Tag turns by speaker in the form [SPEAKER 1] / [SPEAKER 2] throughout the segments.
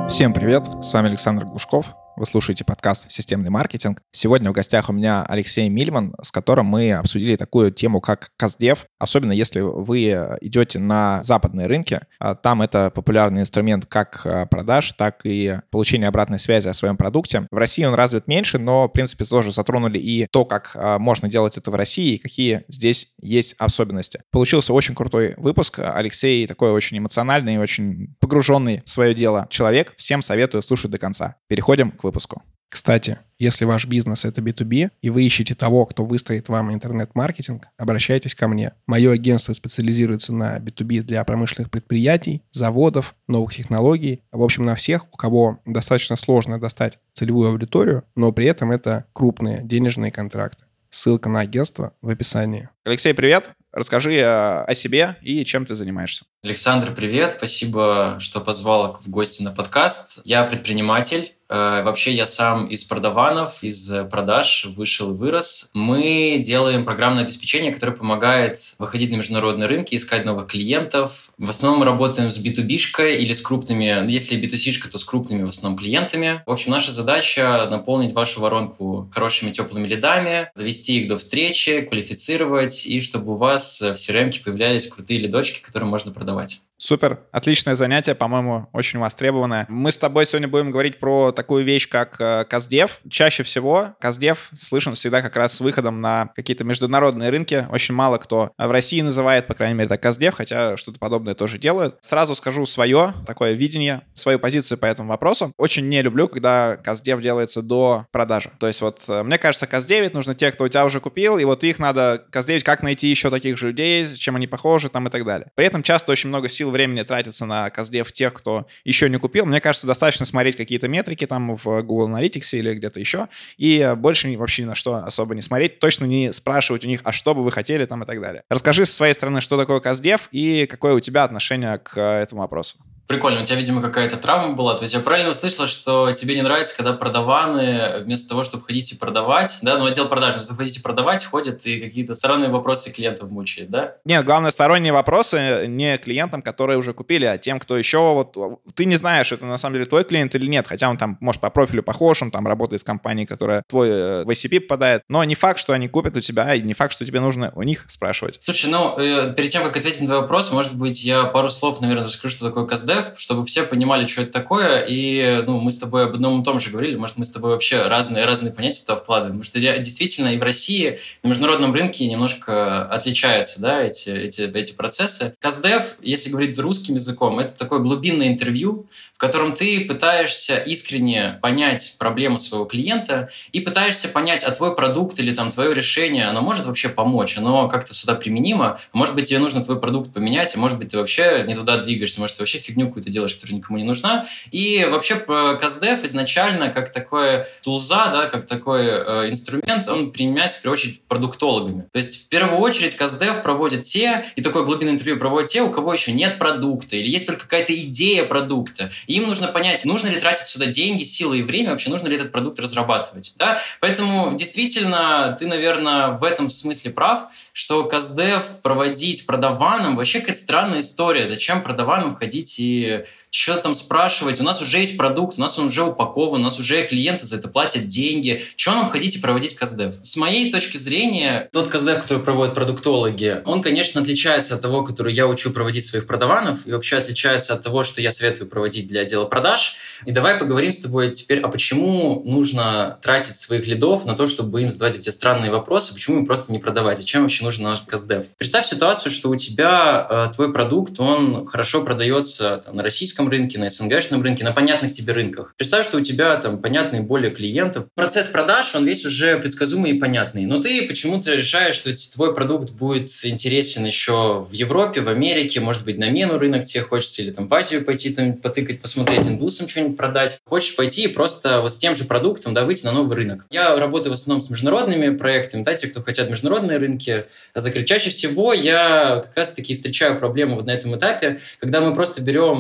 [SPEAKER 1] Всем привет, с вами Александр Глушков. Вы слушаете подкаст «Системный маркетинг». Сегодня в гостях у меня Алексей Мильман, с которым мы обсудили такую тему, как каздев. Особенно если вы идете на западные рынки. Там это популярный инструмент как продаж, так и получения обратной связи о своем продукте. В России он развит меньше, но, в принципе, тоже затронули и то, как можно делать это в России, и какие здесь есть особенности. Получился очень крутой выпуск. Алексей такой очень эмоциональный, очень погруженный в свое дело человек. Всем советую слушать до конца. Переходим к выпуску. Кстати, если ваш бизнес — это B2B, и вы ищете того, кто выстроит вам интернет-маркетинг, обращайтесь ко мне. Мое агентство специализируется на B2B для промышленных предприятий, заводов, новых технологий. В общем, на всех, у кого достаточно сложно достать целевую аудиторию, но при этом это крупные денежные контракты. Ссылка на агентство в описании. Алексей, привет! Расскажи о себе и чем ты занимаешься.
[SPEAKER 2] Александр, привет! Спасибо, что позвал в гости на подкаст. Я предприниматель. Вообще я сам из продаванов, из продаж вышел и вырос. Мы делаем программное обеспечение, которое помогает выходить на международные рынки, искать новых клиентов. В основном мы работаем с B2B-шкой или с крупными, если B2C-шка, то с крупными в основном клиентами. В общем, наша задача — наполнить вашу воронку хорошими теплыми лидами, довести их до встречи, квалифицировать, и чтобы у вас в CRM-ке появлялись крутые лидочки, которые можно продавать.
[SPEAKER 1] Супер, отличное занятие, по-моему, очень востребованное. Мы с тобой сегодня будем говорить про такую вещь, как каздев. Чаще всего каздев слышен всегда как раз с выходом на какие-то международные рынки. Очень мало кто в России называет, по крайней мере, так каздев, хотя что-то подобное тоже делают. Сразу скажу свое такое видение, свою позицию по этому вопросу. Очень не люблю, когда каздев делается до продажи. То есть вот мне кажется, каздевить нужно те, кто у тебя уже купил, и вот их надо каздевить, как найти еще таких же людей, чем они похожи там и так далее. При этом часто очень много сил времени тратится на каздев тех, кто еще не купил. Мне кажется, достаточно смотреть какие-то метрики там в Google Analytics или где-то еще, и больше вообще ни на что особо не смотреть, точно не спрашивать у них, а что бы вы хотели там и так далее. Расскажи со своей стороны, что такое каздев и какое у тебя отношение к этому вопросу.
[SPEAKER 2] Прикольно, у тебя, видимо, какая-то травма была. То есть я правильно услышал, что тебе не нравится, когда продаваны вместо того, чтобы ходить и продавать, да, ну, отдел продаж, вместо того, чтобы ходить и продавать, ходят и какие-то сторонние вопросы клиентов мучают, да?
[SPEAKER 1] Нет, главное, сторонние вопросы не клиентам, которые уже купили, а тем, кто еще, вот, ты не знаешь, это на самом деле твой клиент или нет, хотя он там, может, по профилю похож, он там работает в компании, которая твой в ICP попадает, но не факт, что они купят у тебя, и не факт, что тебе нужно у них спрашивать.
[SPEAKER 2] Слушай, ну, перед тем, как ответить на твой вопрос, может быть, я пару слов, наверное, расскажу, что такое каздев, чтобы все понимали, что это такое, и мы с тобой об одном и том же говорили, может, мы с тобой вообще разные понятия туда вкладываем, потому что действительно и в России, на международном рынке немножко отличаются, да, эти процессы. Каздев, если говорить русским языком, это такое глубинное интервью, в котором ты пытаешься искренне понять проблему своего клиента и пытаешься понять, а твой продукт или там твое решение, оно может вообще помочь, оно как-то сюда применимо, может быть, тебе нужно твой продукт поменять, а может быть, ты вообще не туда двигаешься, может, ты вообще фигню какую-то делаешь, которая никому не нужна. И вообще каздев изначально как такое тулза, да, как такой инструмент, он применяется в первую очередь продуктологами. То есть в первую очередь каздев проводят те, и такое глубинное интервью проводят те, у кого еще нет продукта, или есть только какая-то идея продукта. И им нужно понять, нужно ли тратить сюда деньги, силы и время, вообще нужно ли этот продукт разрабатывать. Да? Поэтому действительно ты, наверное, в этом смысле прав, что каздев проводить продаваном вообще какая-то странная история. Зачем продаваном ходить и что-то там спрашивать? У нас уже есть продукт, у нас он уже упакован, у нас уже клиенты за это платят деньги. Чего нам ходить и проводить каздев? С моей точки зрения, тот каздев, который проводят продуктологи, он, конечно, отличается от того, который я учу проводить своих продаванов, и вообще отличается от того, что я советую проводить для отдела продаж. И давай поговорим с тобой теперь, а почему нужно тратить своих лидов на то, чтобы им задавать эти странные вопросы, почему им просто не продавать, и чем вообще нужен наш каздев? Представь ситуацию, что у тебя твой продукт, он хорошо продается там, на российском рынке, на СНГ-шном рынке, на понятных тебе рынках. Представь, что у тебя там понятные более клиентов. Процесс продаж, он весь уже предсказуемый и понятный. Но ты почему-то решаешь, что твой продукт будет интересен еще в Европе, в Америке, может быть, на мену рынок тебе хочется, или там в Азию пойти там, потыкать, посмотреть, индусам что-нибудь продать. Хочешь пойти и просто вот с тем же продуктом, да, выйти на новый рынок. Я работаю в основном с международными проектами, да, те, кто хотят международные рынки закрыть. Чаще всего я как раз-таки встречаю проблему вот на этом этапе, когда мы просто берем наш действующий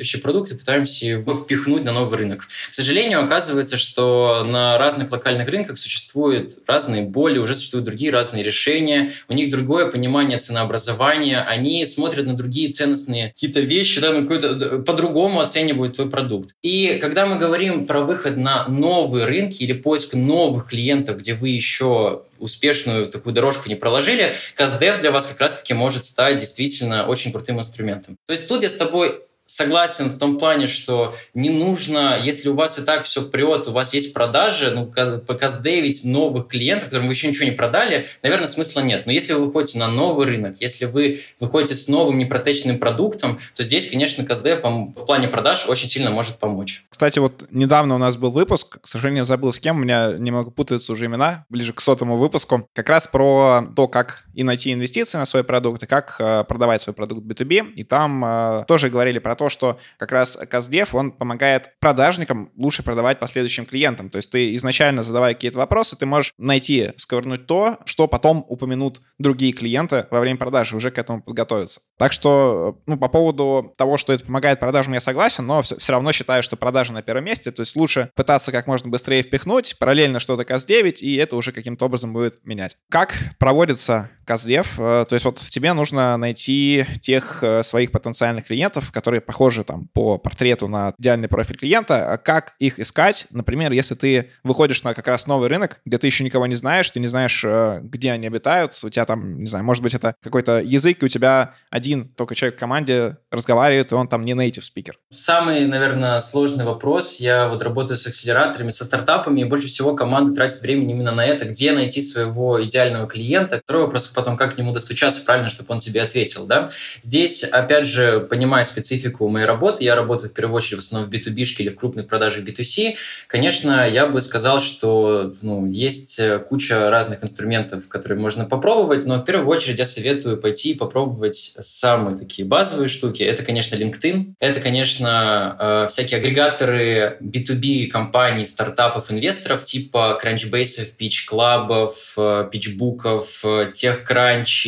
[SPEAKER 2] действующий продукт и пытаемся его впихнуть на новый рынок. К сожалению, оказывается, что на разных локальных рынках существуют разные боли, уже существуют другие разные решения, у них другое понимание ценообразования, они смотрят на другие ценностные какие-то вещи, да, по-другому оценивают твой продукт. И когда мы говорим про выход на новые рынки или поиск новых клиентов, где вы еще успешную такую дорожку не проложили, CastDev для вас как раз-таки может стать действительно очень крутым инструментом. То есть тут я с тобой согласен в том плане, что не нужно, если у вас и так все прет, у вас есть продажи, показдевить новых клиентов, которым вы еще ничего не продали, наверное, смысла нет. Но если вы выходите на новый рынок, если вы выходите с новым непротеченным продуктом, то здесь, конечно, CastDev вам в плане продаж очень сильно может помочь.
[SPEAKER 1] Кстати, вот недавно у нас был выпуск, к сожалению, забыл с кем, у меня немного путаются уже имена, ближе к 100-му выпуску, как раз про то, как и найти инвестиции на свой продукт, и как продавать свой продукт B2B. И там тоже говорили про то, что как раз CastDev, он помогает продажникам лучше продавать последующим клиентам. То есть ты изначально, задавая какие-то вопросы, ты можешь найти, сковырнуть то, что потом упомянут другие клиенты во время продажи, уже к этому подготовиться. Так что, по поводу того, что это помогает продажам, я согласен, но все равно считаю, что продажи на первом месте. То есть лучше пытаться как можно быстрее впихнуть, параллельно что-то CastDev, и это уже каким-то образом будет менять. Как проводится CastDev? То есть вот тебе нужно найти тех своих потенциальных клиентов, которые похожи там по портрету на идеальный профиль клиента. Как их искать? Например, если ты выходишь на как раз новый рынок, где ты еще никого не знаешь, ты не знаешь, где они обитают, у тебя там, не знаю, может быть, это какой-то язык, и у тебя один только человек в команде разговаривает, и он там не native speaker.
[SPEAKER 2] Самый, наверное, сложный вопрос. Я вот работаю с акселераторами, со стартапами, и больше всего команда тратит время именно на это, где найти своего идеального клиента. Второй вопрос потом, как к нему достучаться правильно, чтобы он тебе ответил, да? Здесь, опять же, понимая специфику моей работы, я работаю в первую очередь в основном в B2B-шке или в крупных продажах B2C, конечно, я бы сказал, что есть куча разных инструментов, которые можно попробовать, но в первую очередь я советую пойти и попробовать самые такие базовые штуки. Это, конечно, LinkedIn, это, конечно, всякие агрегаторы B2B компаний, стартапов, инвесторов типа Crunchbase, PitchClub, PitchBook, TechCrunch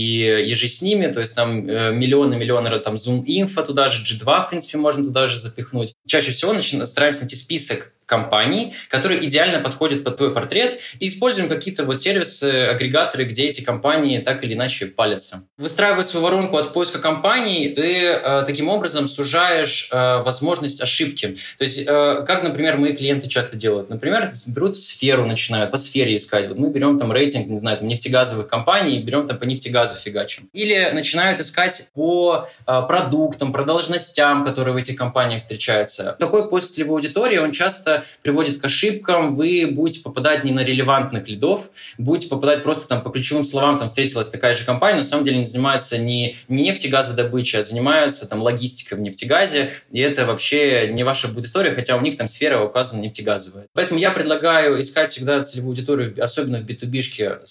[SPEAKER 2] и еже с ними, то есть там миллионы там ZoomInfo туда же, G2, в принципе, можно туда же запихнуть. Чаще всего стараемся найти список компаний, которые идеально подходят под твой портрет, и используем какие-то вот сервисы, агрегаторы, где эти компании так или иначе палятся. Выстраивая свою воронку от поиска компаний, ты таким образом сужаешь возможность ошибки. То есть, как, например, мои клиенты часто делают. Например, берут сферу, начинают по сфере искать. Вот мы берем там рейтинг, не знаю, там нефтегазовых компаний, берем там по нефтегазу фигачим. Или начинают искать по продуктам, по должностям, которые в этих компаниях встречаются. Такой поиск целевой аудитории, он часто приводит к ошибкам, вы будете попадать не на релевантных лидов, будете попадать просто там по ключевым словам, там встретилась такая же компания, но на самом деле они занимаются не нефтегазодобычей, а занимаются там логистикой в нефтегазе, и это вообще не ваша будет история, хотя у них там сфера указана нефтегазовая. Поэтому я предлагаю искать всегда целевую аудиторию, особенно в B2B-шке,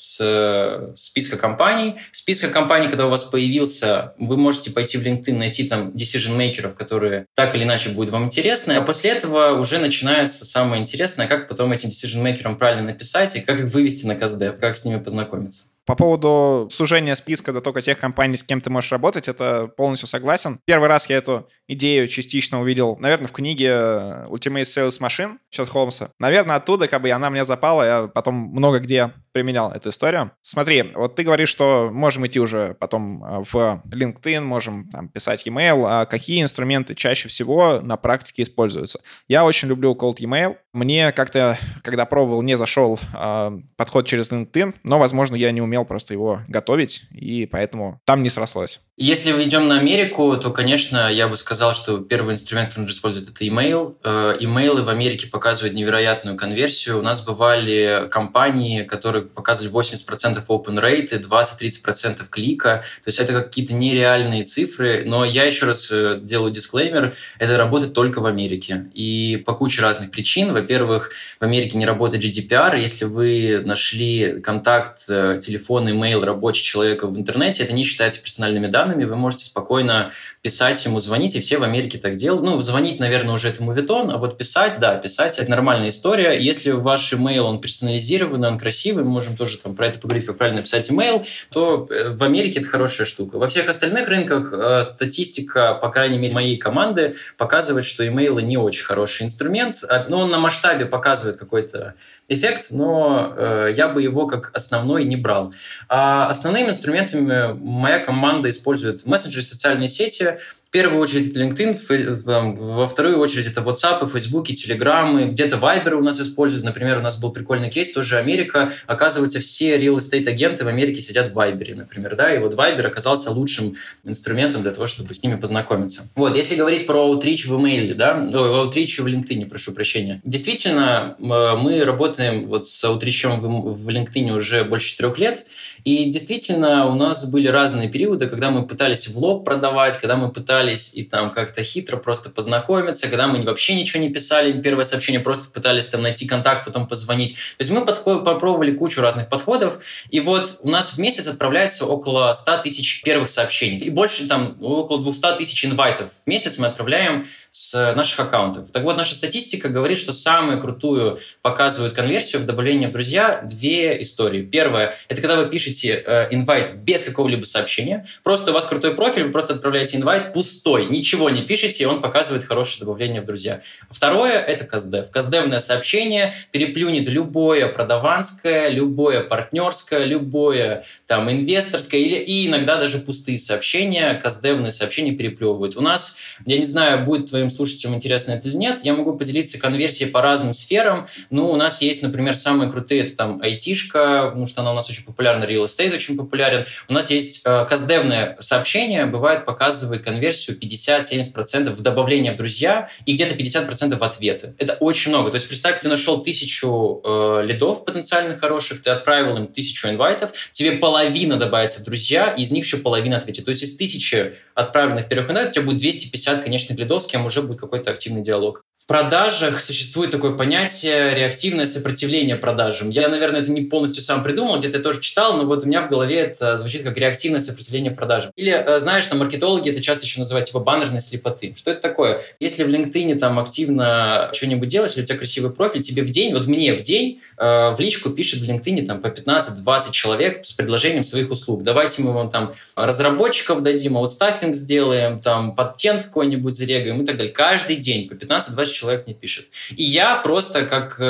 [SPEAKER 2] с списка компаний. Список компаний, когда у вас появился, вы можете пойти в LinkedIn, найти там decision-мейкеров, которые так или иначе будут вам интересны, а после этого уже начинается самое интересное, как потом этим decision-мейкерам правильно написать и как их вывести на CastDev, как с ними познакомиться.
[SPEAKER 1] По поводу сужения списка до только тех компаний, с кем ты можешь работать, это полностью согласен. Первый раз я эту идею частично увидел, наверное, в книге Ultimate Sales Machine Чет Холмса. Наверное, оттуда она мне запала, я потом много где применял эту историю. Смотри, вот ты говоришь, что можем идти уже потом в LinkedIn, можем там писать e-mail, а какие инструменты чаще всего на практике используются? Я очень люблю cold email. Мне как-то, когда пробовал, не зашел подход через LinkedIn, но, возможно, я не умел просто его готовить, и поэтому там не срослось.
[SPEAKER 2] Если мы идем на Америку, то, конечно, я бы сказал, что первый инструмент, который нужно использовать, это email. Имейлы в Америке показывают невероятную конверсию. У нас бывали компании, которые показывали 80% open rate, 20-30% клика. То есть это какие-то нереальные цифры. Но я еще раз делаю дисклеймер, это работает только в Америке. И по куче разных причин. Во-первых, в Америке не работает GDPR. Если вы нашли контакт, телефон, имейл рабочего человека в интернете, это не считается персональными данными. Вы можете спокойно писать ему, звонить, и все в Америке так делают. Ну, звонить, наверное, уже это моветон, а вот писать, да, писать – это нормальная история. Если ваш имейл, он персонализированный, он красивый, мы можем тоже там про это поговорить, как правильно писать имейл, то в Америке это хорошая штука. Во всех остальных рынках статистика, по крайней мере, моей команды, показывает, что имейлы не очень хороший инструмент. Но он на масштабе показывает какой-то эффект, но я бы его как основной не брал. А основными инструментами моя команда использует мессенджеры, социальные сети. В первую очередь это LinkedIn, во вторую очередь это WhatsApp, Facebook, Telegram, где-то Viber у нас используют. Например, у нас был прикольный кейс, тоже Америка. Оказывается, все real estate агенты в Америке сидят в Viber, например, да, и вот Viber оказался лучшим инструментом для того, чтобы с ними познакомиться. Вот, если говорить про outreach в email, да, outreach в LinkedIn, прошу прощения. Действительно, мы работаем вот с outreach в LinkedIn уже больше 4 лет, и действительно у нас были разные периоды, когда мы пытались в лоб продавать, когда мы пытались и там как-то хитро просто познакомиться, когда мы вообще ничего не писали, первое сообщение, просто пытались там найти контакт, потом позвонить. То есть мы попробовали кучу разных подходов, и вот у нас в месяц отправляется около 100 тысяч первых сообщений, и больше там около 200 тысяч инвайтов в месяц мы отправляем с наших аккаунтов. Так вот, наша статистика говорит, что самую крутую показывают конверсию в добавление в друзья 2 истории. Первое – это когда вы пишете инвайт без какого-либо сообщения. Просто у вас крутой профиль, вы просто отправляете инвайт пустой, ничего не пишете, и он показывает хорошее добавление в друзья. Второе – это каздев. Каздевное сообщение переплюнет любое продаванское, любое партнерское, любое там инвесторское и иногда даже пустые сообщения. Каздевные сообщения переплевывают. У нас, я не знаю, будет твоим слушателям интересно это или нет, я могу поделиться конверсией по разным сферам. Ну, у нас есть, например, самые крутые, это там айтишка, потому что она у нас очень популярна, real estate очень популярен. У нас есть каздевное сообщение, бывает, показывает конверсию 50-70% в добавление в друзья и где-то 50% в ответы. Это очень много. То есть, представь, ты нашел 1000 лидов потенциально хороших, ты отправил им 1000 инвайтов, тебе половина добавится в друзья, и из них еще половина ответит. То есть, из 1000 отправленных первых инвайтов у тебя будет 250 конечных лидов, с кем уже будет какой-то активный диалог. В продажах существует такое понятие реактивное сопротивление продажам. Я, наверное, это не полностью сам придумал, где-то я тоже читал, но вот у меня в голове это звучит как реактивное сопротивление продажам. Или, знаешь, там маркетологи это часто еще называют типа баннерной слепоты. Что это такое? Если в LinkedIn там активно что-нибудь делаешь, или у тебя красивый профиль, тебе в день, вот мне в день в личку пишет в LinkedIn там по 15-20 человек с предложением своих услуг. Давайте мы вам там разработчиков дадим, аутстаффинг сделаем, там патент какой-нибудь зарегаем и так далее. Каждый день по 15-20 человек мне пишет. И я просто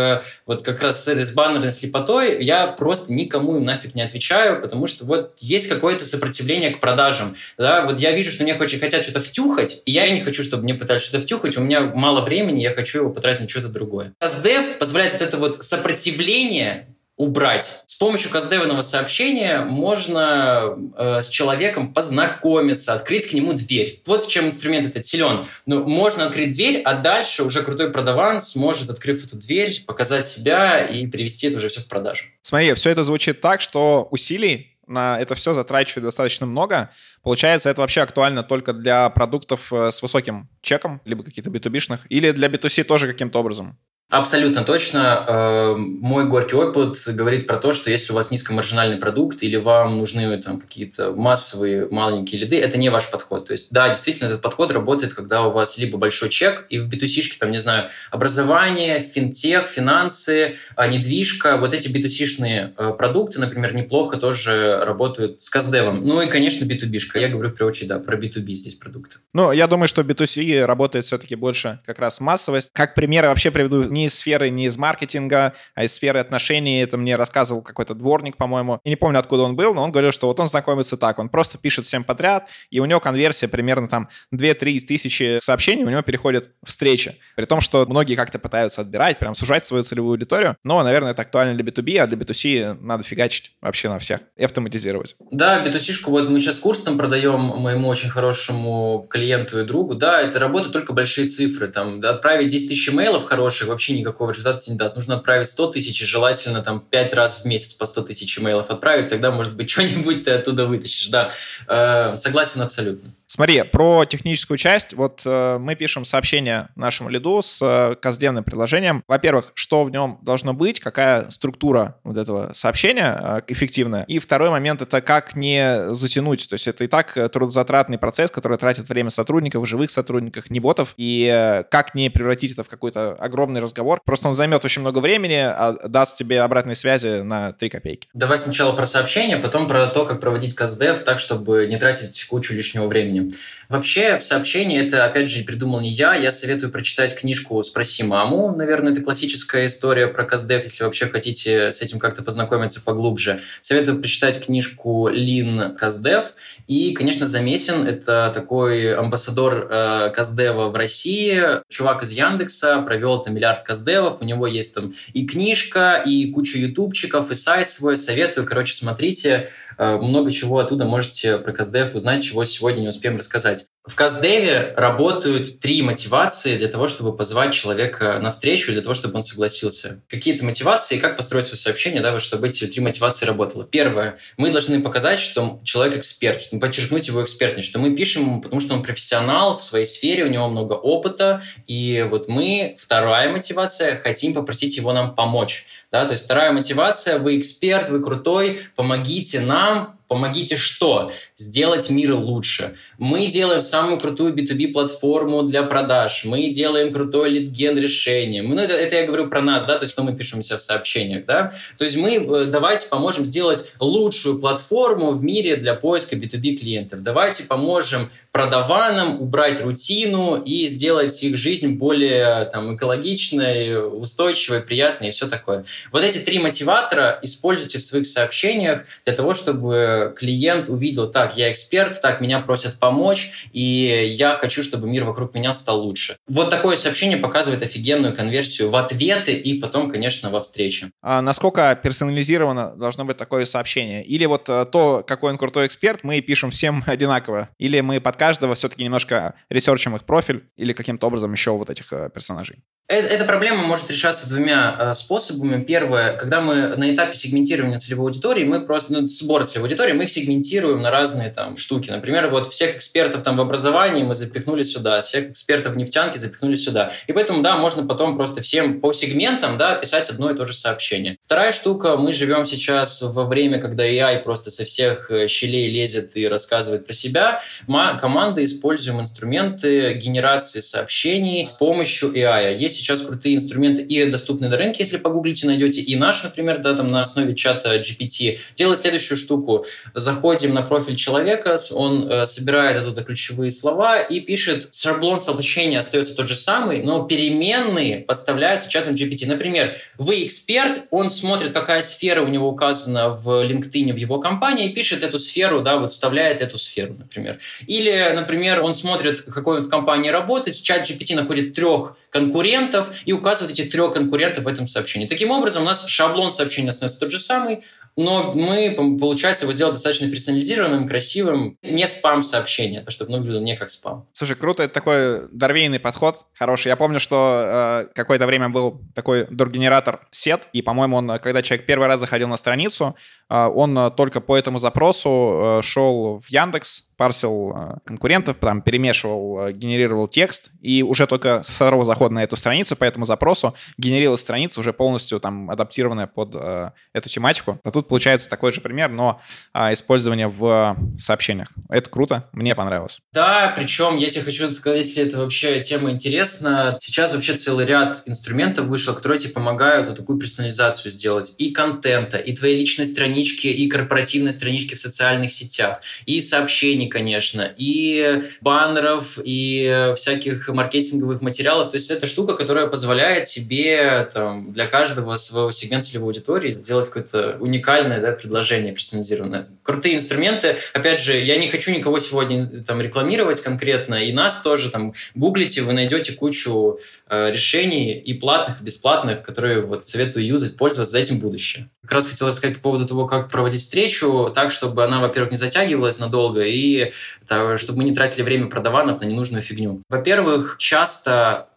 [SPEAKER 2] вот как раз с баннерной слепотой, я просто никому им нафиг не отвечаю, потому что вот есть какое-то сопротивление к продажам. Да? Вот я вижу, что мне хотят что-то втюхать, и я не хочу, чтобы мне пытались что-то втюхать, у меня мало времени, я хочу его потратить на что-то другое. Каздев позволяет вот это вот сопротивление убрать. С помощью каздевного сообщения можно с человеком познакомиться, открыть к нему дверь. Вот в чем инструмент этот силен. Но можно открыть дверь, а дальше уже крутой продаван сможет, открыв эту дверь, показать себя и привести это уже все в продажу.
[SPEAKER 1] Смотри, все это звучит так, что усилий на это все затрачивает достаточно много. Получается, это вообще актуально только для продуктов с высоким чеком, либо каких-то B2B-шных, или для B2C тоже каким-то образом?
[SPEAKER 2] Абсолютно точно. Мой горький опыт говорит про то, что если у вас низкомаржинальный продукт или вам нужны там какие-то массовые маленькие лиды, это не ваш подход. То есть, да, действительно, этот подход работает, когда у вас либо большой чек, и в B2C-шке, там, не знаю, образование, финтех, финансы, недвижка, вот эти B2C-шные продукты, например, неплохо тоже работают с каздевом. Ну и, конечно, B2B-шка. Я говорю, в первую очередь, да, про B2B здесь продукты.
[SPEAKER 1] Ну, я думаю, что B2C работает все-таки больше как раз массовость. Как примеры вообще приведу не из сферы, не из маркетинга, а из сферы отношений. Это мне рассказывал какой-то дворник, по-моему. Я не помню, откуда он был, но он говорил, что вот он знакомится так. Он просто пишет всем подряд, и у него конверсия примерно там 2-3 из 1000 сообщений у него переходит в встречи. При том, что многие как-то пытаются отбирать, прям сужать свою целевую аудиторию. Но, наверное, это актуально для B2B, а для B2C надо фигачить вообще на всех и автоматизировать.
[SPEAKER 2] Да, B2C-шку вот мы сейчас курс там продаем моему очень хорошему клиенту и другу. Да, это работают только большие цифры. Там отправить 10 тысяч имейлов хороших вообще никакого результата не даст. Нужно отправить 100 тысяч, и желательно там 5 раз в месяц по 100 тысяч имейлов отправить, тогда, может быть, что-нибудь ты оттуда вытащишь. Да, согласен абсолютно.
[SPEAKER 1] Смотри, про техническую часть. Вот мы пишем сообщение нашему лиду с каздевным предложением. Во-первых, что в нем должно быть, какая структура вот этого сообщения эффективная. И второй момент — это как не затянуть. То есть это и так трудозатратный процесс, который тратит время сотрудников, живых сотрудников, не ботов. И как не превратить это в какой-то огромный разговор. Просто он займет очень много времени, а даст тебе обратной связи на 3 копейки.
[SPEAKER 2] Давай сначала про сообщение, потом про то, как проводить каздев так, чтобы не тратить кучу лишнего времени. Вообще, в сообщении это, опять же, придумал не я советую прочитать книжку «Спроси маму». Наверное, это классическая история про каздев, если вообще хотите с этим как-то познакомиться поглубже. Советую прочитать книжку Lean Каздев. И, конечно, Замесин — это такой амбассадор каздева в России. Чувак из Яндекса провел там миллиард каздевов. У него есть там и книжка, и куча ютубчиков, и сайт свой. Советую, смотрите. Много чего оттуда можете про каздев узнать, чего сегодня не успеем рассказать. В каздеве работают 3 мотивации для того, чтобы позвать человека на встречу, для того, чтобы он согласился. Какие-то мотивации, как построить свое сообщение, да, чтобы эти 3 мотивации работало. Первое. Мы должны показать, что человек эксперт, чтобы подчеркнуть его экспертность, что мы пишем ему, потому что он профессионал в своей сфере, у него много опыта. И вот мы, вторая мотивация, хотим попросить его нам помочь. Да, то есть вторая мотивация: вы эксперт, вы крутой, помогите нам. Помогите что? Сделать мир лучше. Мы делаем самую крутую B2B-платформу для продаж. Мы делаем крутое лид-ген решение. Это я говорю про нас, да, то есть что мы пишем у себя в сообщениях, да. То есть мы давайте поможем сделать лучшую платформу в мире для поиска B2B клиентов. Давайте поможем продаванам убрать рутину и сделать их жизнь более экологичной, устойчивой, приятной и все такое. Вот эти 3 мотиватора используйте в своих сообщениях для того, чтобы клиент увидел: так, я эксперт, так, меня просят помочь, и я хочу, чтобы мир вокруг меня стал лучше. Вот такое сообщение показывает офигенную конверсию в ответы и потом, конечно, во встрече.
[SPEAKER 1] А насколько персонализировано должно быть такое сообщение? Или вот то, какой он крутой эксперт, мы пишем всем одинаково? Или мы под каждого все-таки немножко ресерчим их профиль или каким-то образом еще вот этих персонажей?
[SPEAKER 2] Эта проблема может решаться 2 способами. Первое, когда мы на этапе сегментирования целевой аудитории, мы просто сбора целевой аудитории, мы их сегментируем на разные штуки. Например, вот всех экспертов в образовании мы запихнули сюда, всех экспертов в нефтянке запихнули сюда. И поэтому, да, можно потом просто всем по сегментам, да, писать одно и то же сообщение. Вторая штука, мы живем сейчас во время, когда AI просто со всех щелей лезет и рассказывает про себя. Команды используем инструменты генерации сообщений с помощью AI. Есть сейчас крутые инструменты и доступны на рынке, если погуглите, найдете. И наш, например, да, на основе чата GPT делает следующую штуку. Заходим на профиль человека, он собирает оттуда ключевые слова и пишет. Шаблон сообщения остается тот же самый, но переменные подставляются чатом GPT. Например, вы эксперт, он смотрит, какая сфера у него указана в LinkedIn в его компании, и пишет эту сферу, да, вот вставляет эту сферу, например. Или, например, он смотрит, какой он в компании работает, чат GPT находит 3 конкурентов и указывает эти 3 конкурентов в этом сообщении. Таким образом, у нас шаблон сообщения остается тот же самый, но мы, получается, его сделать достаточно персонализированным, красивым, не спам-сообщение, чтобы оно выглядело не как спам.
[SPEAKER 1] Слушай, круто, это такой дарвейный подход, хороший. Я помню, что какое-то время был такой дор-генератор Сет, и, по-моему, он, когда человек первый раз заходил на страницу, он только по этому запросу шел в Яндекс, парсил конкурентов, там перемешивал, генерировал текст, и уже только со второго захода на эту страницу по этому запросу генерировалась страница уже полностью адаптированная под эту тематику. А тут получается такой же пример, но использование в сообщениях. Это круто, мне понравилось.
[SPEAKER 2] Да, причем я тебе хочу сказать, если это вообще тема интересна, сейчас вообще целый ряд инструментов вышел, которые тебе помогают вот такую персонализацию сделать и контента, и твоей личной странички, и корпоративной странички в социальных сетях, и сообщений, конечно, и баннеров, и всяких маркетинговых материалов. То есть это штука, которая позволяет тебе для каждого своего сегмента целевой аудитории сделать какое-то уникальное, да, предложение персонализированное. Крутые инструменты. Опять же, я не хочу никого сегодня рекламировать конкретно, и нас тоже гуглите, вы найдете кучу решений и платных, и бесплатных, которые советую юзать, пользоваться, за этим будущее. Как раз хотел рассказать по поводу того, как проводить встречу так, чтобы она, во-первых, не затягивалась надолго, и чтобы мы не тратили время продаванов на ненужную фигню. Во-первых, часто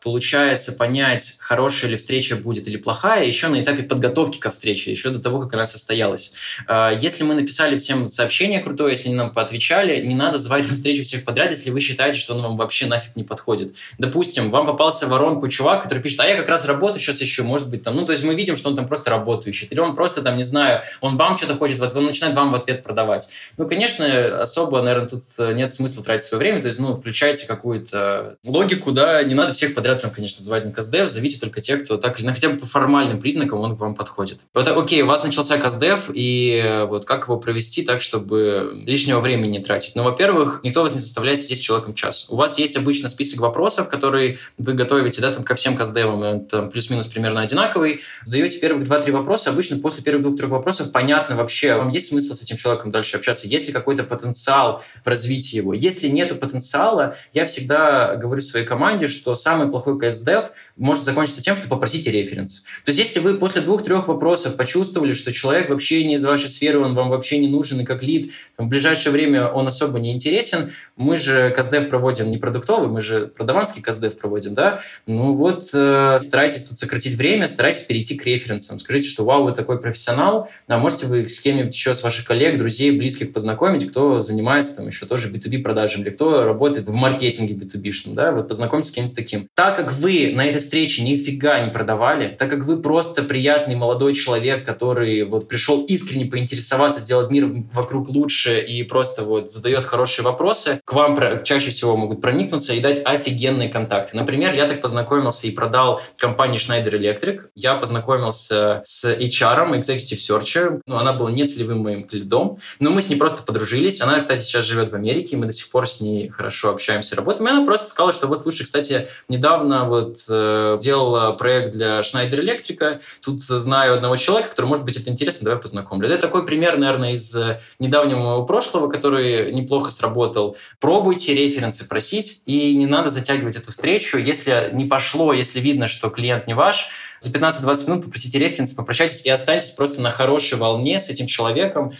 [SPEAKER 2] получается понять, хорошая ли встреча будет или плохая, еще на этапе подготовки ко встрече, еще до того, как она состоялась. Если мы написали всем сообщение крутое, если они нам поотвечали, не надо звать на встречу всех подряд, если вы считаете, что он вам вообще нафиг не подходит. Допустим, вам попался в воронку чувак, который пишет, а я как раз работаю сейчас еще, может быть, там, ну, то есть мы видим, что он там просто работу ищет, или он просто там, не знаю, он вам что-то хочет, вот он начинает вам в ответ продавать. Ну, конечно, особо, наверное, тут нет смысла тратить свое время, то есть, ну, включайте какую-то логику, да, не надо всех подряд там, конечно, звать на КСДФ, зовите только тех, кто так или хотя бы по формальным признакам он к вам подходит. Вот, окей, у вас начался КСДФ, и вот как его провести так, чтобы лишнего времени не тратить? Ну, во-первых, никто вас не заставляет сидеть с человеком час. У вас есть обычно список вопросов, которые вы готовите, да, там, ко всем КСДФам, там, плюс-минус примерно одинаковый. Задаете первых 2-3 вопроса, обычно после первых 2-3 вопросов понятно вообще, вам есть смысл с этим человеком дальше общаться, есть ли какой-то потенциал в развитии его. Если нету потенциала, я всегда говорю своей команде, что самый плохой КСДФ может закончиться тем, что попросите референс. То есть, если вы после 2-3 вопросов почувствовали, что человек вообще не из вашей сферы, он вам вообще не нужен, и как лид, в ближайшее время он особо не интересен, мы же КСДФ проводим не продуктовый, мы же продаванский КСДФ проводим, да? Ну вот, старайтесь тут сократить время, старайтесь перейти к референсам. Скажите, что вау, вы такой профессионал, а можете вы с кем-нибудь еще, с ваших коллег, друзей, близких познакомить, кто занимается там еще тоже B2B продажами, или кто работает в маркетинге B2B-шном, да? Вот познакомьтесь с кем-нибудь таким. Так как вы на этой встрече нифига не продавали, так как вы просто приятный молодой человек, который вот пришел искренне поинтересоваться, сделать мир вокруг лучше и просто вот задает хорошие вопросы, к вам чаще всего могут проникнуться и дать офигенные контакты. Например, я так познакомился и продал компании Schneider Electric. Я познакомился с HR, Executive Search. Ну, она была не целевым моим лидом, но мы с ней просто подружились. Она, кстати, сейчас живет в Америке, мы до сих пор с ней хорошо общаемся, работаем. И она просто сказала, что вот, слушай, кстати, недавно вот делала проект для Schneider Electric. Тут знаю одного человека, который, может быть, это интересно, давай познакомлю. Это такой пример, наверное, из недавнего моего прошлого, который неплохо сработал. Пробуйте референсы просить, и не надо затягивать эту встречу. Если не пошло, если видно, что клиент не ваш, за 15-20 минут попросите референс, попрощайтесь и останьтесь просто на хорошей волне с этим человеком.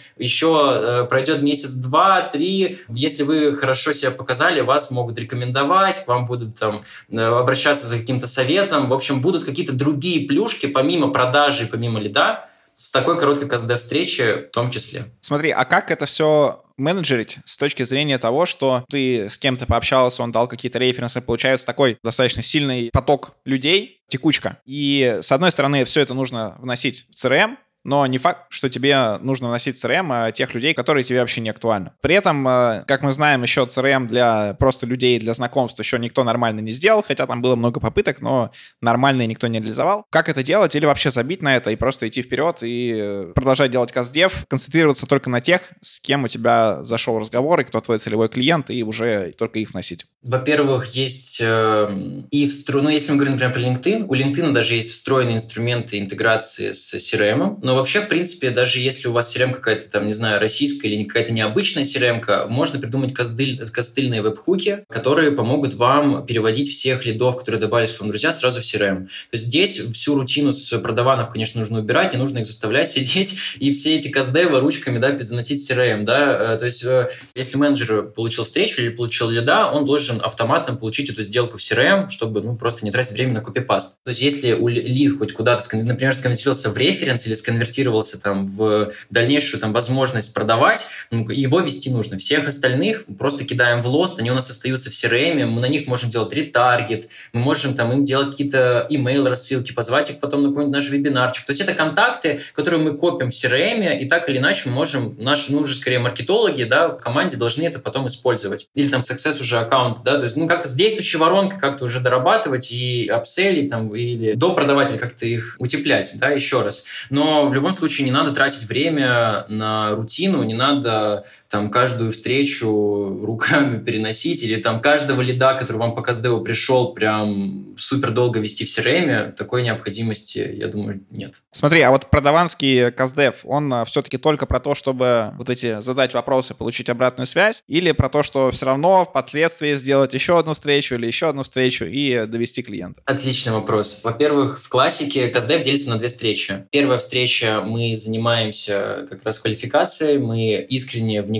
[SPEAKER 2] Еще пройдет месяц, 2-3. Если вы хорошо себя показали, вас могут рекомендовать, к вам будут там обращаться за каким-то советом. В общем, будут какие-то другие плюшки, помимо продажи, помимо лида, с такой короткой КСД-встречи в том числе.
[SPEAKER 1] Смотри, а как это все менеджерить с точки зрения того, что ты с кем-то пообщался, он дал какие-то референсы, получается такой достаточно сильный поток людей, текучка. И, с одной стороны, все это нужно вносить в CRM, но не факт, что тебе нужно вносить CRM тех людей, которые тебе вообще не актуальны. При этом, как мы знаем, еще CRM для просто людей, для знакомств еще никто нормально не сделал, хотя там было много попыток, но нормально никто не реализовал. Как это делать? Или вообще забить на это и просто идти вперед и продолжать делать КСДФ, концентрироваться только на тех, с кем у тебя зашел разговор, и кто твой целевой клиент, и уже только их вносить?
[SPEAKER 2] Во-первых, есть если мы говорим, например, про LinkedIn, у LinkedIn даже есть встроенные инструменты интеграции с CRM, но вообще, в принципе, даже если у вас CRM какая-то там, не знаю, российская или какая-то необычная CRM, можно придумать костыльные веб-хуки, которые помогут вам переводить всех лидов, которые добавились к вам друзья, сразу в CRM. То есть здесь всю рутину с продаванов, конечно, нужно убирать, не нужно их заставлять сидеть и все эти КСД ручками, да, заносить в CRM, да. То есть если менеджер получил встречу или получил лида, он должен автоматом получить эту сделку в CRM, чтобы, просто не тратить время на копипаст. То есть если у лид хоть куда-то, например, сконвертировался в референс или сконвертировался там в дальнейшую там возможность продавать, его вести нужно. Всех остальных просто кидаем в лост, они у нас остаются в CRM, мы на них можем делать ретаргет, мы можем там им делать какие-то email рассылки, позвать их потом на какой-нибудь наш вебинарчик. То есть это контакты, которые мы копим в CRM, и так или иначе мы можем, наши, уже скорее маркетологи, да, в команде должны это потом использовать. Или там success уже аккаунт, да, то есть, как-то с действующей воронкой как-то уже дорабатывать и апселить там, или до продавателя как-то их утеплять, да, еще раз. Но в любом случае не надо тратить время на рутину, не надо там каждую встречу руками переносить, или там каждого лида, который вам по КСД пришел, прям супер долго вести в CRM, такой необходимости, я думаю, нет.
[SPEAKER 1] Смотри, а вот продаванский КСДФ, он все-таки только про то, чтобы вот эти задать вопросы, получить обратную связь, или про то, что все равно впоследствии сделать еще одну встречу или еще одну встречу и довести клиента?
[SPEAKER 2] Отличный вопрос. Во-первых, в классике КСДФ делится на 2 встречи. Первая встреча, мы занимаемся как раз квалификацией, мы искренне вникаем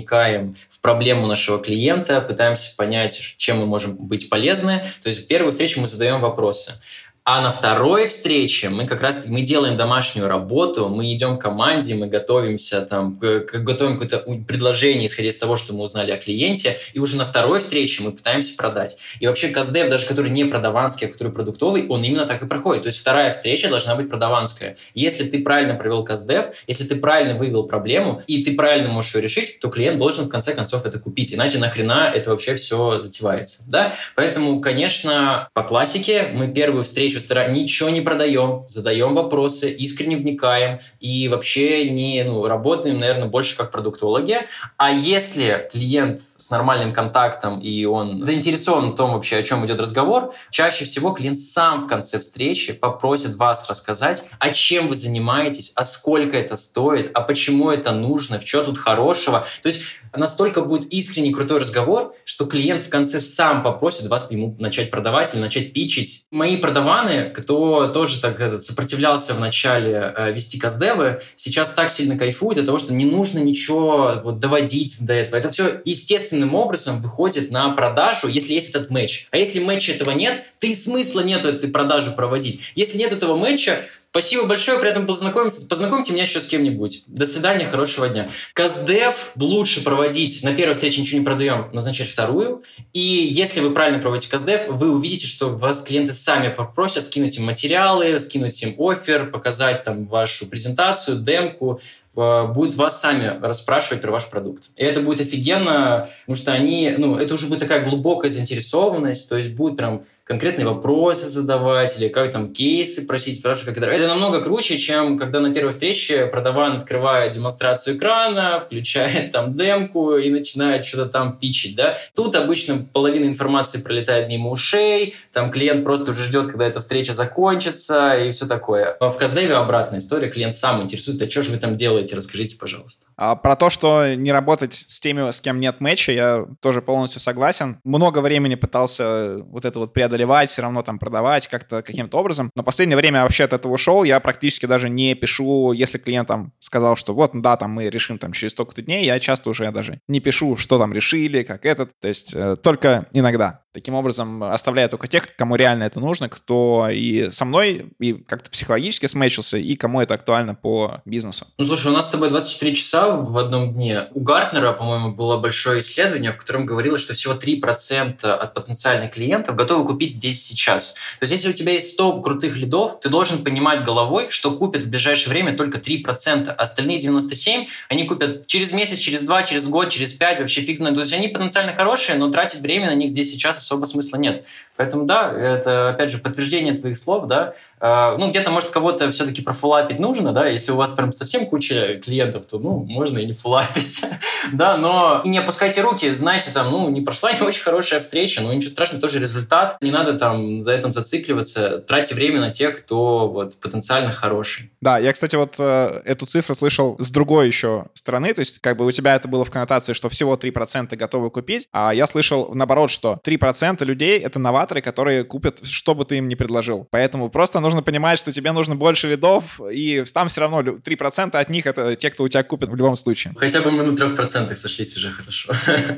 [SPEAKER 2] вникаем в проблему нашего клиента, пытаемся понять, чем мы можем быть полезны. То есть в первую встречу мы задаем вопросы. А на второй встрече мы как раз мы делаем домашнюю работу, мы идем к команде, мы готовимся, готовим какое-то предложение, исходя из того, что мы узнали о клиенте, и уже на второй встрече мы пытаемся продать. И вообще каздев, даже который не продаванский, а который продуктовый, он именно так и проходит. То есть вторая встреча должна быть продаванская. Если ты правильно провел каздев, если ты правильно вывел проблему, и ты правильно можешь ее решить, то клиент должен в конце концов это купить. Иначе нахрена это вообще все затевается. Да? Поэтому, конечно, по классике мы первую встречу ничего не продаем, задаем вопросы, искренне вникаем и вообще работаем, наверное, больше как продуктологи. А если клиент с нормальным контактом и он заинтересован в том вообще, о чем идет разговор, чаще всего клиент сам в конце встречи попросит вас рассказать, а чем вы занимаетесь, а сколько это стоит, а почему это нужно, в чем тут хорошего. То есть настолько будет искренний крутой разговор, что клиент в конце сам попросит вас ему начать продавать или начать питчить. Мои продаваны, кто тоже так сопротивлялся в начале вести каздевы, сейчас так сильно кайфуют от того, что не нужно ничего доводить до этого. Это все естественным образом выходит на продажу, если есть этот матч. А если матча этого нет, то и смысла нету этой продажи проводить. Если нет этого матча, спасибо большое, приятно познакомиться. Познакомьте меня еще с кем-нибудь. До свидания, хорошего дня. Каздев лучше проводить. На первой встрече ничего не продаем, назначать вторую. И если вы правильно проводите каздев, вы увидите, что вас клиенты сами попросят скинуть им материалы, скинуть им оффер, показать там вашу презентацию, демку. Будут вас сами расспрашивать про ваш продукт. И это будет офигенно, потому что это уже будет такая глубокая заинтересованность, то есть будут прям конкретные вопросы задавать или как там кейсы просить, спрашивать, как это. Это намного круче, чем когда на первой встрече продаван открывает демонстрацию экрана, включает там демку и начинает что-то там питчить, да. Тут обычно половина информации пролетает мимо ушей, там клиент просто уже ждет, когда эта встреча закончится и все такое. В каздеве обратная история, клиент сам интересуется, а что же вы там делаете, расскажите, пожалуйста.
[SPEAKER 1] Про то, что не работать с теми, с кем нет матча, я тоже полностью согласен. Много времени пытался это преодолевать, все равно там продавать как-то каким-то образом. Но в последнее время я вообще от этого ушел. Я практически даже не пишу, если клиент там сказал, что мы решим там через столько-то дней, я часто уже даже не пишу, что там решили, как то есть только иногда. Таким образом, оставляю только тех, кому реально это нужно, кто и со мной, и как-то психологически смэчился, и кому это актуально по бизнесу.
[SPEAKER 2] Слушай, у нас с тобой 24 часа в одном дне. У Гартнера, по-моему, было большое исследование, в котором говорилось, что всего 3% от потенциальных клиентов готовы купить здесь сейчас. То есть, если у тебя есть 100 крутых лидов, ты должен понимать головой, что купят в ближайшее время только 3%. Остальные 97% они купят через месяц, через 2, через год, через 5, вообще фиг знает. То есть, они потенциально хорошие, но тратить время на них здесь сейчас особо смысла нет. Поэтому да, это, опять же, подтверждение твоих слов, да. Где-то, может, кого-то все-таки профулапить нужно, да, если у вас прям совсем куча клиентов, то, можно и не фулапить, да, но и не опускайте руки, знаете, не прошла не очень хорошая встреча, но ничего страшного, тоже результат, не надо там за этим зацикливаться, тратьте время на тех, кто потенциально хороший.
[SPEAKER 1] Да, я, кстати, эту цифру слышал с другой еще стороны, то есть у тебя это было в коннотации, что всего 3% готовы купить, а я слышал наоборот, что 3% людей — это новаторы, которые купят, что бы ты им ни предложил, поэтому просто нужно понимать, что тебе нужно больше лидов, и там все равно 3% от них — это те, кто у тебя купит в любом случае.
[SPEAKER 2] Хотя бы мы на 3% сошлись уже хорошо.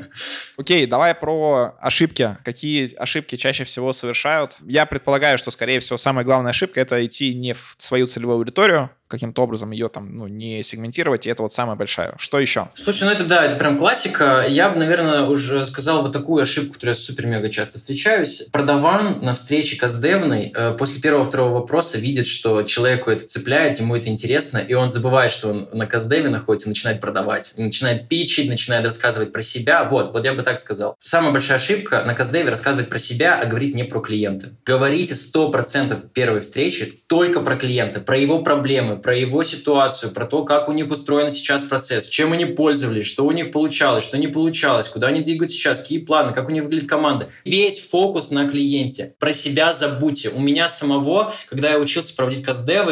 [SPEAKER 1] Окей, давай про ошибки. Какие ошибки чаще всего совершают? Я предполагаю, что, скорее всего, самая главная ошибка — это идти не в свою целевую аудиторию, каким-то образом ее не сегментировать, и это самая большая. Что еще?
[SPEAKER 2] Слушай, это прям классика. Я бы, наверное, уже сказал такую ошибку, которую я супер-мега часто встречаюсь. Продаван на встрече каздевной после первого-второго вопроса видит, что человеку это цепляет, ему это интересно, и он забывает, что он на каздеве находится, начинает продавать. Начинает питчить, начинает рассказывать про себя. Вот я бы так сказал. Самая большая ошибка на каздеве — рассказывать про себя, а говорить не про клиента. Говорите 100% первой встречи только про клиента, про его проблемы, про его ситуацию, про то, как у них устроен сейчас процесс, чем они пользовались, что у них получалось, что не получалось, куда они двигаются сейчас, какие планы, как у них выглядит команда. Весь фокус на клиенте. Про себя забудьте. У меня самого, когда я учился проводить каздевы,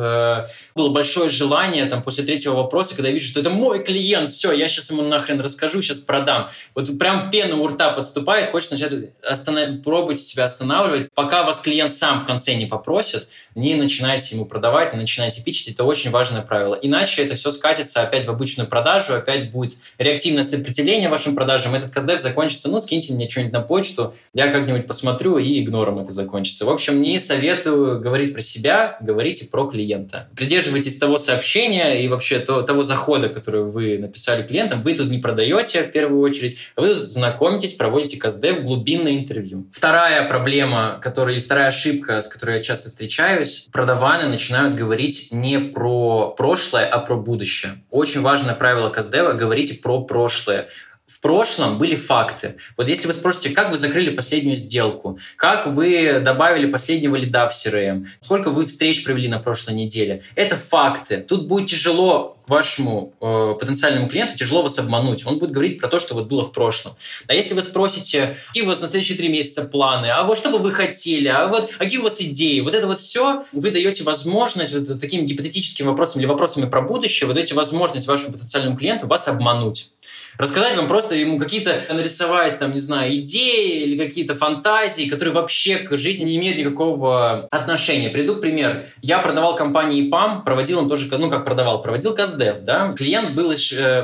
[SPEAKER 2] было большое желание после третьего вопроса, когда я вижу, что это мой клиент, все, я сейчас ему нахрен расскажу, сейчас продам. Прям пена у рта подступает, хочется начать пробуйте себя останавливать, пока вас клиент сам в конце не попросит, не начинайте ему продавать, не начинайте пить. пичить, это очень важное правило. Иначе это все скатится опять в обычную продажу, опять будет реактивное сопротивление вашим продажам. Этот каздев закончится, скиньте мне что-нибудь на почту, я как-нибудь посмотрю, и игнором это закончится. В общем, не советую говорить про себя, говорите про клиента. Придерживайтесь того сообщения и вообще того захода, который вы написали клиентам. Вы тут не продаете в первую очередь, а вы тут знакомитесь, проводите каздев, глубинное интервью. Вторая проблема, вторая ошибка, с которой я часто встречаюсь, продаваны начинают говорить не про прошлое, а про будущее. Очень важное правило каздева — говорите про прошлое. В прошлом были факты. Вот если вы спросите, как вы закрыли последнюю сделку, как вы добавили последнего лида в CRM, сколько вы встреч провели на прошлой неделе, это факты. Тут будет тяжело вашему потенциальному клиенту, тяжело вас обмануть. Он будет говорить про то, что вот было в прошлом. А если вы спросите, какие у вас на следующие 3 месяца планы, а вот что бы вы хотели, какие у вас идеи, вот это вот все, вы даете возможность вот таким гипотетическим вопросам или вопросами про будущее, вы даете возможность вашему потенциальному клиенту вас обмануть. Рассказать вам просто ему какие-то, нарисовать там, не знаю, идеи или какие-то фантазии, которые вообще к жизни не имеют никакого отношения. Приведу пример. Я продавал компании EPAM, проводил он тоже, проводил каздев, да. Клиент был,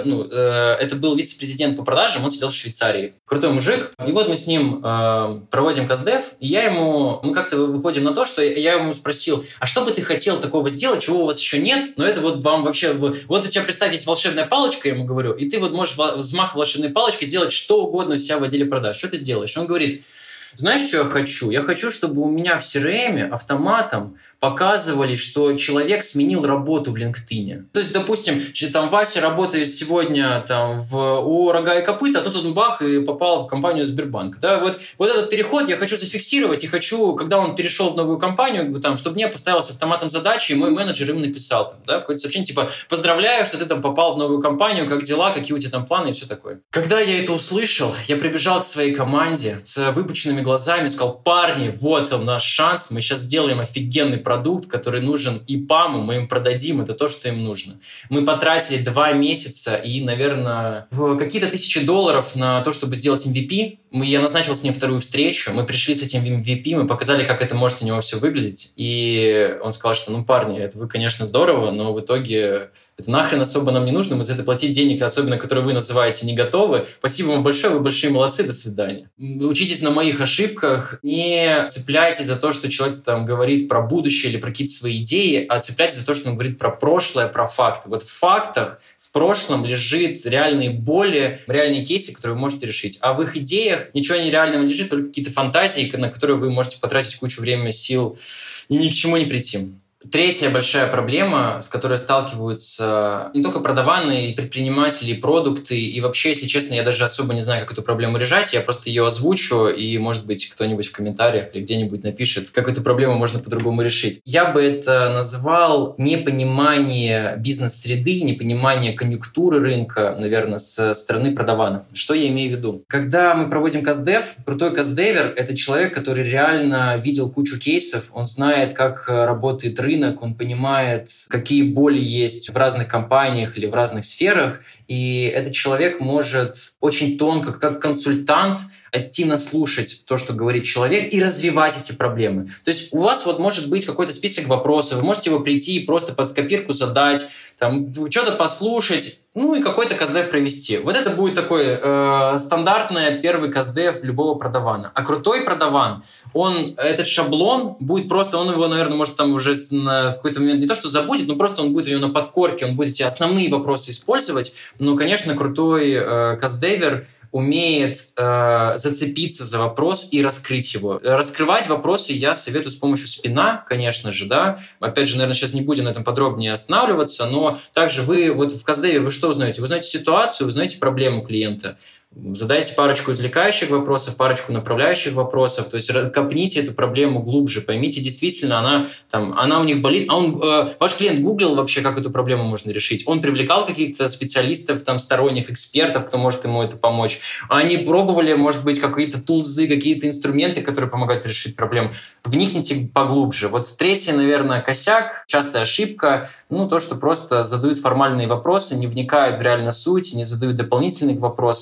[SPEAKER 2] это был вице-президент по продажам, он сидел в Швейцарии. Крутой мужик. И вот мы с ним проводим каздев, и мы как-то выходим на то, что я ему спросил, а что бы ты хотел такого сделать, чего у вас еще нет, но это вот вам вообще, вот у тебя, представь, есть волшебная палочка, я ему говорю, и ты вот можешь взмах волшебной палочки сделать что угодно у себя в отделе продаж. Что ты сделаешь? Он говорит, знаешь, что я хочу? Я хочу, чтобы у меня в CRM автоматом показывали, что человек сменил работу в LinkedIn. То есть, допустим, там Вася работает сегодня там в ООО «Рога и копыта», а тут он бах и попал в компанию Сбербанк. Да? Вот этот переход я хочу зафиксировать и хочу, когда он перешел в новую компанию, там, чтобы мне поставилось автоматом задачи, и мой менеджер им написал там, да, какое-то сообщение типа «Поздравляю, что ты там попал в новую компанию, как дела, какие у тебя там планы» и все такое. Когда я это услышал, я прибежал к своей команде с выпученными глазами, сказал: парни, вот он наш шанс, мы сейчас сделаем офигенный продукт, который нужен EPAM, мы им продадим, это то, что им нужно. Мы потратили 2 месяца и, наверное, какие-то $1000 на то, чтобы сделать MVP. Я назначил с ним 2-ю встречу, мы пришли с этим MVP, мы показали, как это может у него все выглядеть, и он сказал, что, парни, это вы, конечно, здорово, но в итоге это нахрен особо нам не нужно, мы за это платить денег, особенно которые вы называете, не готовы. Спасибо вам большое, вы большие молодцы, до свидания. Учитесь на моих ошибках, не цепляйтесь за то, что человек там говорит про будущее или про какие-то свои идеи, а цепляйтесь за то, что он говорит про прошлое, про факты. Вот в фактах, в прошлом лежит реальные боли, реальные кейсы, которые вы можете решить. А в их идеях ничего нереального не лежит, только какие-то фантазии, на которые вы можете потратить кучу времени, сил и ни к чему не прийти. 3-я большая проблема, с которой сталкиваются не только продаваны, и предприниматели, и продукты, и вообще, если честно, я даже особо не знаю, как эту проблему решать, я просто ее озвучу, и, может быть, кто-нибудь в комментариях или где-нибудь напишет, как эту проблему можно по-другому решить. Я бы это назвал непонимание бизнес-среды, непонимание конъюнктуры рынка, наверное, со стороны продавана. Что я имею в виду? Когда мы проводим каздев, крутой каздевер — это человек, который реально видел кучу кейсов, он знает, как работает рынок, он понимает, какие боли есть в разных компаниях или в разных сферах, и этот человек может очень тонко, как консультант, активно слушать то, что говорит человек, и развивать эти проблемы. То есть у вас может быть какой-то список вопросов, вы можете его прийти и просто под копирку задать, там, что-то послушать, и какой-то каздев провести. Вот это будет такой стандартный первый каздев любого продавана. А крутой продаван, этот шаблон будет просто, он его, наверное, может там уже в какой-то момент не то, что забудет, но просто он будет у него на подкорке, он будет эти основные вопросы использовать. Но, конечно, крутой каздевер умеет зацепиться за вопрос и раскрыть его. Раскрывать вопросы я советую с помощью спина, конечно же, да. Опять же, наверное, сейчас не будем на этом подробнее останавливаться, но также вы в каздеве вы что узнаете? Вы знаете ситуацию, вы знаете проблему клиента. Задайте парочку извлекающих вопросов, парочку направляющих вопросов, то есть копните эту проблему глубже, поймите, действительно, она у них болит, ваш клиент гуглил вообще, как эту проблему можно решить, он привлекал каких-то специалистов, сторонних экспертов, кто может ему это помочь, они пробовали, может быть, какие-то тулзы, какие-то инструменты, которые помогают решить проблему, вникните поглубже. Вот 3-й, наверное, косяк, частая ошибка, то, что просто задают формальные вопросы, не вникают в реальную суть, не задают дополнительных вопросов и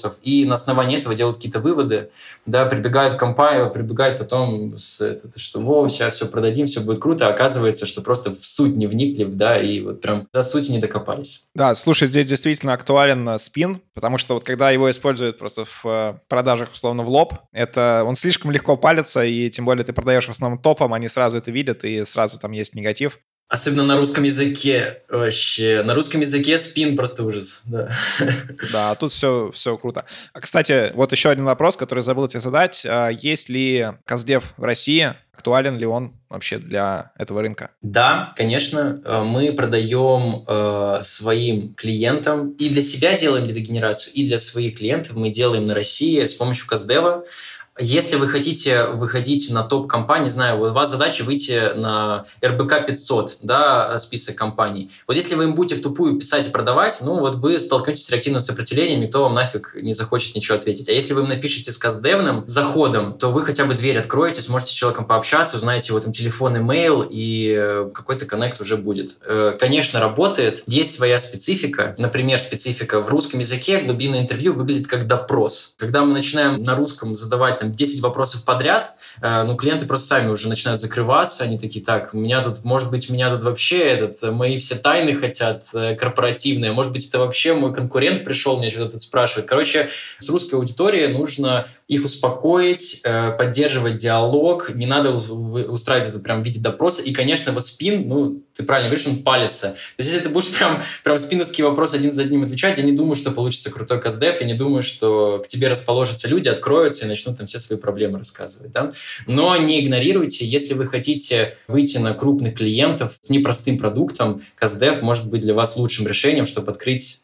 [SPEAKER 2] и на основании этого делают какие-то выводы, да, прибегают в компанию, прибегают потом что сейчас все продадим, все будет круто, а оказывается, что просто в суть не вникли, да, и вот прям до сути не докопались.
[SPEAKER 1] Да, слушай, здесь действительно актуален спин, потому что вот когда его используют просто в продажах, условно, в лоб, он слишком легко палится, и тем более ты продаешь в основном топом, они сразу это видят, и сразу там есть негатив.
[SPEAKER 2] Особенно на русском языке вообще. На русском языке спин просто ужас, да.
[SPEAKER 1] Да, тут все круто. Кстати, вот еще один вопрос, который забыл тебе задать. Есть ли каздев в России? Актуален ли он вообще для этого рынка?
[SPEAKER 2] Да, конечно. Мы продаем своим клиентам. И для себя делаем лидогенерацию, и для своих клиентов мы делаем на России с помощью каздева. Если вы хотите выходить на топ-компании, знаю, у вас задача выйти на РБК 500, да, список компаний. Вот если вы им будете в тупую писать и продавать, ну вот вы столкнетесь с реактивным сопротивлением, никто вам нафиг не захочет ничего ответить. А если вы им напишете с каздевным заходом, то вы хотя бы дверь откроете, сможете с человеком пообщаться, узнаете его там телефон, имейл, и какой-то коннект уже будет. Конечно, работает. Есть своя специфика. Например, специфика в русском языке глубинное интервью выглядит как допрос. Когда мы начинаем на русском задавать 10 вопросов подряд, клиенты просто сами уже начинают закрываться, они такие, так, меня тут вообще мои все тайны хотят корпоративные, может быть, это вообще мой конкурент пришел, мне что-то тут спрашивает. Короче, с русской аудиторией нужно их успокоить, поддерживать диалог, не надо устраивать это прям в виде допроса, и, конечно, вот спин, ты правильно говоришь, он палится. То есть, если ты будешь прям спиновский вопрос один за одним отвечать, я не думаю, что получится крутой каздев, я не думаю, что к тебе расположатся люди, откроются и начнут там все свои проблемы рассказывать, да? Но не игнорируйте, если вы хотите выйти на крупных клиентов с непростым продуктом, каздев может быть для вас лучшим решением, чтобы открыть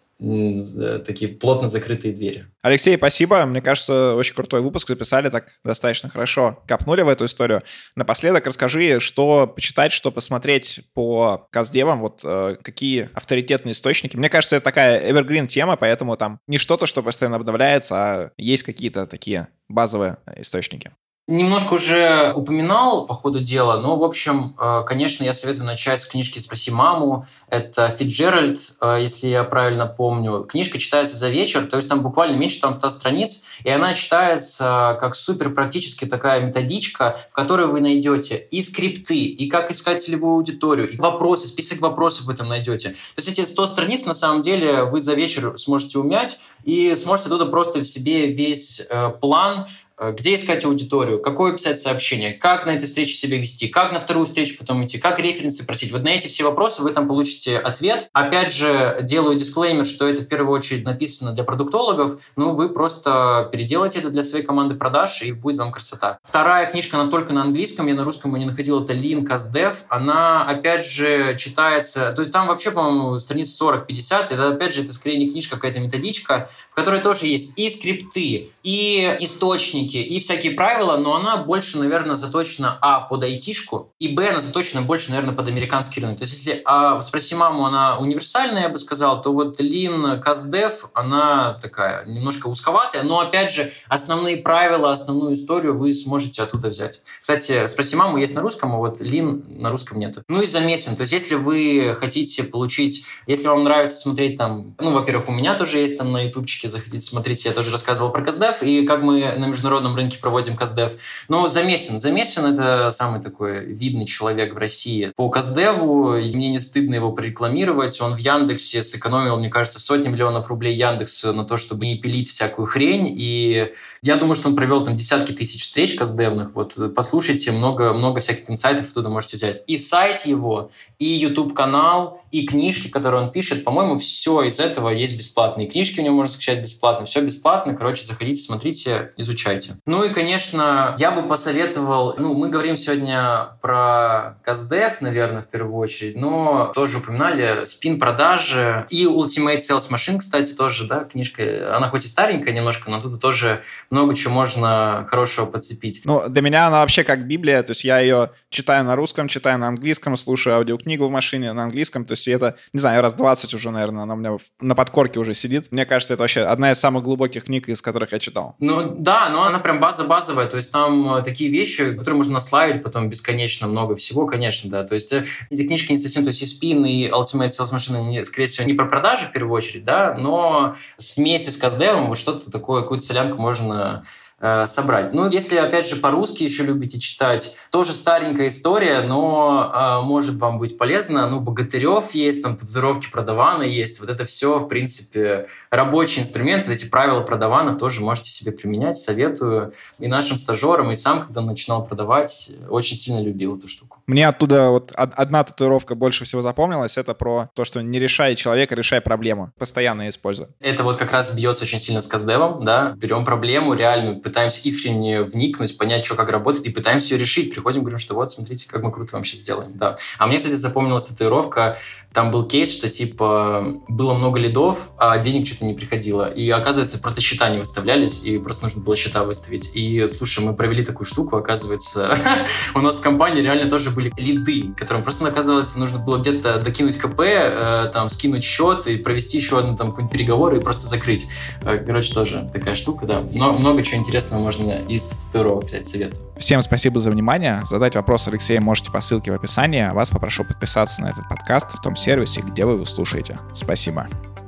[SPEAKER 2] такие плотно закрытые двери.
[SPEAKER 1] Алексей, спасибо. Мне кажется, очень крутой выпуск записали, так достаточно хорошо копнули в эту историю. Напоследок расскажи, что почитать, что посмотреть по каздевам, вот какие авторитетные источники. Мне кажется, это такая evergreen тема, поэтому там не что-то, что постоянно обновляется, а есть какие-то такие базовые источники.
[SPEAKER 2] Немножко уже упоминал по ходу дела, но, в общем, конечно, я советую начать с книжки «Спроси маму». Это Фицджеральд, если я правильно помню. Книжка читается за вечер, то есть там буквально меньше 100 страниц, и она читается как супер практически такая методичка, в которой вы найдете и скрипты, и как искать целевую аудиторию, и вопросы, список вопросов вы там найдете. То есть эти 100 страниц, на самом деле, вы за вечер сможете умять и сможете оттуда просто в себе весь план, где искать аудиторию, какое писать сообщение, как на этой встрече себя вести, как на вторую встречу потом идти, как референсы просить. Вот на эти все вопросы вы там получите ответ. Опять же, делаю дисклеймер, что это в первую очередь написано для продуктологов, вы просто переделайте это для своей команды продаж, и будет вам красота. Вторая книжка, она только на английском, я на русском ее не находил, это Lean Каздев. Она, опять же, читается, то есть там вообще, по-моему, страниц 40-50, это, опять же, это скорее не книжка, какая-то методичка, в которой тоже есть и скрипты, и источники, и всякие правила, но она больше, наверное, заточена, под айтишку, и, она заточена больше, наверное, под американский рынок. То есть, если «Спроси маму», она универсальная, я бы сказал, то вот Lean Каздев, она такая немножко узковатая, но, опять же, основные правила, основную историю вы сможете оттуда взять. Кстати, «Спроси маму» есть на русском, а вот Lean на русском нету. И замесен. То есть, если вы хотите получить, если вам нравится смотреть там, во-первых, у меня тоже есть там на ютубчике, заходите, смотрите, я тоже рассказывал про каздев, и как мы на международном рынке проводим каздев. Но Замесин это самый такой видный человек в России по каздеву, и мне не стыдно его прорекламировать. Он в Яндексе сэкономил, мне кажется, сотни миллионов рублей Яндексу на то, чтобы не пилить всякую хрень, и я думаю, что он провел там десятки тысяч встреч каздевных. Вот послушайте, много всяких инсайтов оттуда можете взять. И сайт его, и YouTube-канал, и книжки, которые он пишет, по-моему, все из этого есть бесплатные. Книжки у него можно скачать бесплатно, все бесплатно. Короче, заходите, смотрите, изучайте. И, конечно, я бы посоветовал, мы говорим сегодня про каздев, наверное, в первую очередь, но тоже упоминали спин-продажи и Ultimate Sales Machine, кстати, тоже, да, книжка, она хоть и старенькая немножко, но тут тоже много чего можно хорошего подцепить.
[SPEAKER 1] Для меня она вообще как Библия, то есть я ее читаю на русском, читаю на английском, слушаю аудиокнигу в машине на английском, то есть есть это, не знаю, раз 20 уже, наверное, она у меня на подкорке уже сидит. Мне кажется, это вообще одна из самых глубоких книг, из которых я читал.
[SPEAKER 2] Ну да, но она прям базовая, то есть там такие вещи, которые можно наслаивать потом бесконечно много всего, конечно, да. То есть эти книжки не совсем, то есть и Spin, и Ultimate Sales Machine, скорее всего, не про продажи в первую очередь, да, но вместе с каздевом вот что-то такое, какую-то солянку можно собрать. Ну, если, опять же, по-русски еще любите читать, тоже старенькая история, но может вам быть полезно. Ну, Богатырев есть, там, татуировки Продавана есть. Вот это все, в принципе, рабочий инструмент. Эти правила Продаванов тоже можете себе применять. Советую и нашим стажерам, и сам, когда начинал продавать, очень сильно любил эту штуку.
[SPEAKER 1] Мне оттуда вот одна татуировка больше всего запомнилась. Это про то, что не решай человека, решай проблему. Постоянно используй.
[SPEAKER 2] Это вот как раз бьется очень сильно с каздевом, да. Берем проблему реальную, пытаемся искренне вникнуть, понять, что как работает, и пытаемся ее решить. Приходим, говорим, что вот, смотрите, как мы круто вам сейчас сделаем. Да. А мне, кстати, запомнилась татуировка. Там был кейс, что, типа, было много лидов, а денег что-то не приходило. И, оказывается, просто счета не выставлялись, и просто нужно было счета выставить. И, слушай, мы провели такую штуку, оказывается, у нас в компании реально тоже были лиды, которым просто, оказывается, нужно было где-то докинуть КП, там, скинуть счет и провести еще одну там какой-нибудь переговор и просто закрыть. Короче, тоже такая штука, да. Но много чего интересного можно из татуировок взять, советую.
[SPEAKER 1] Всем спасибо за внимание. Задать вопрос Алексею можете по ссылке в описании. Вас попрошу подписаться на этот подкаст в том сервисе, где вы его слушаете. Спасибо.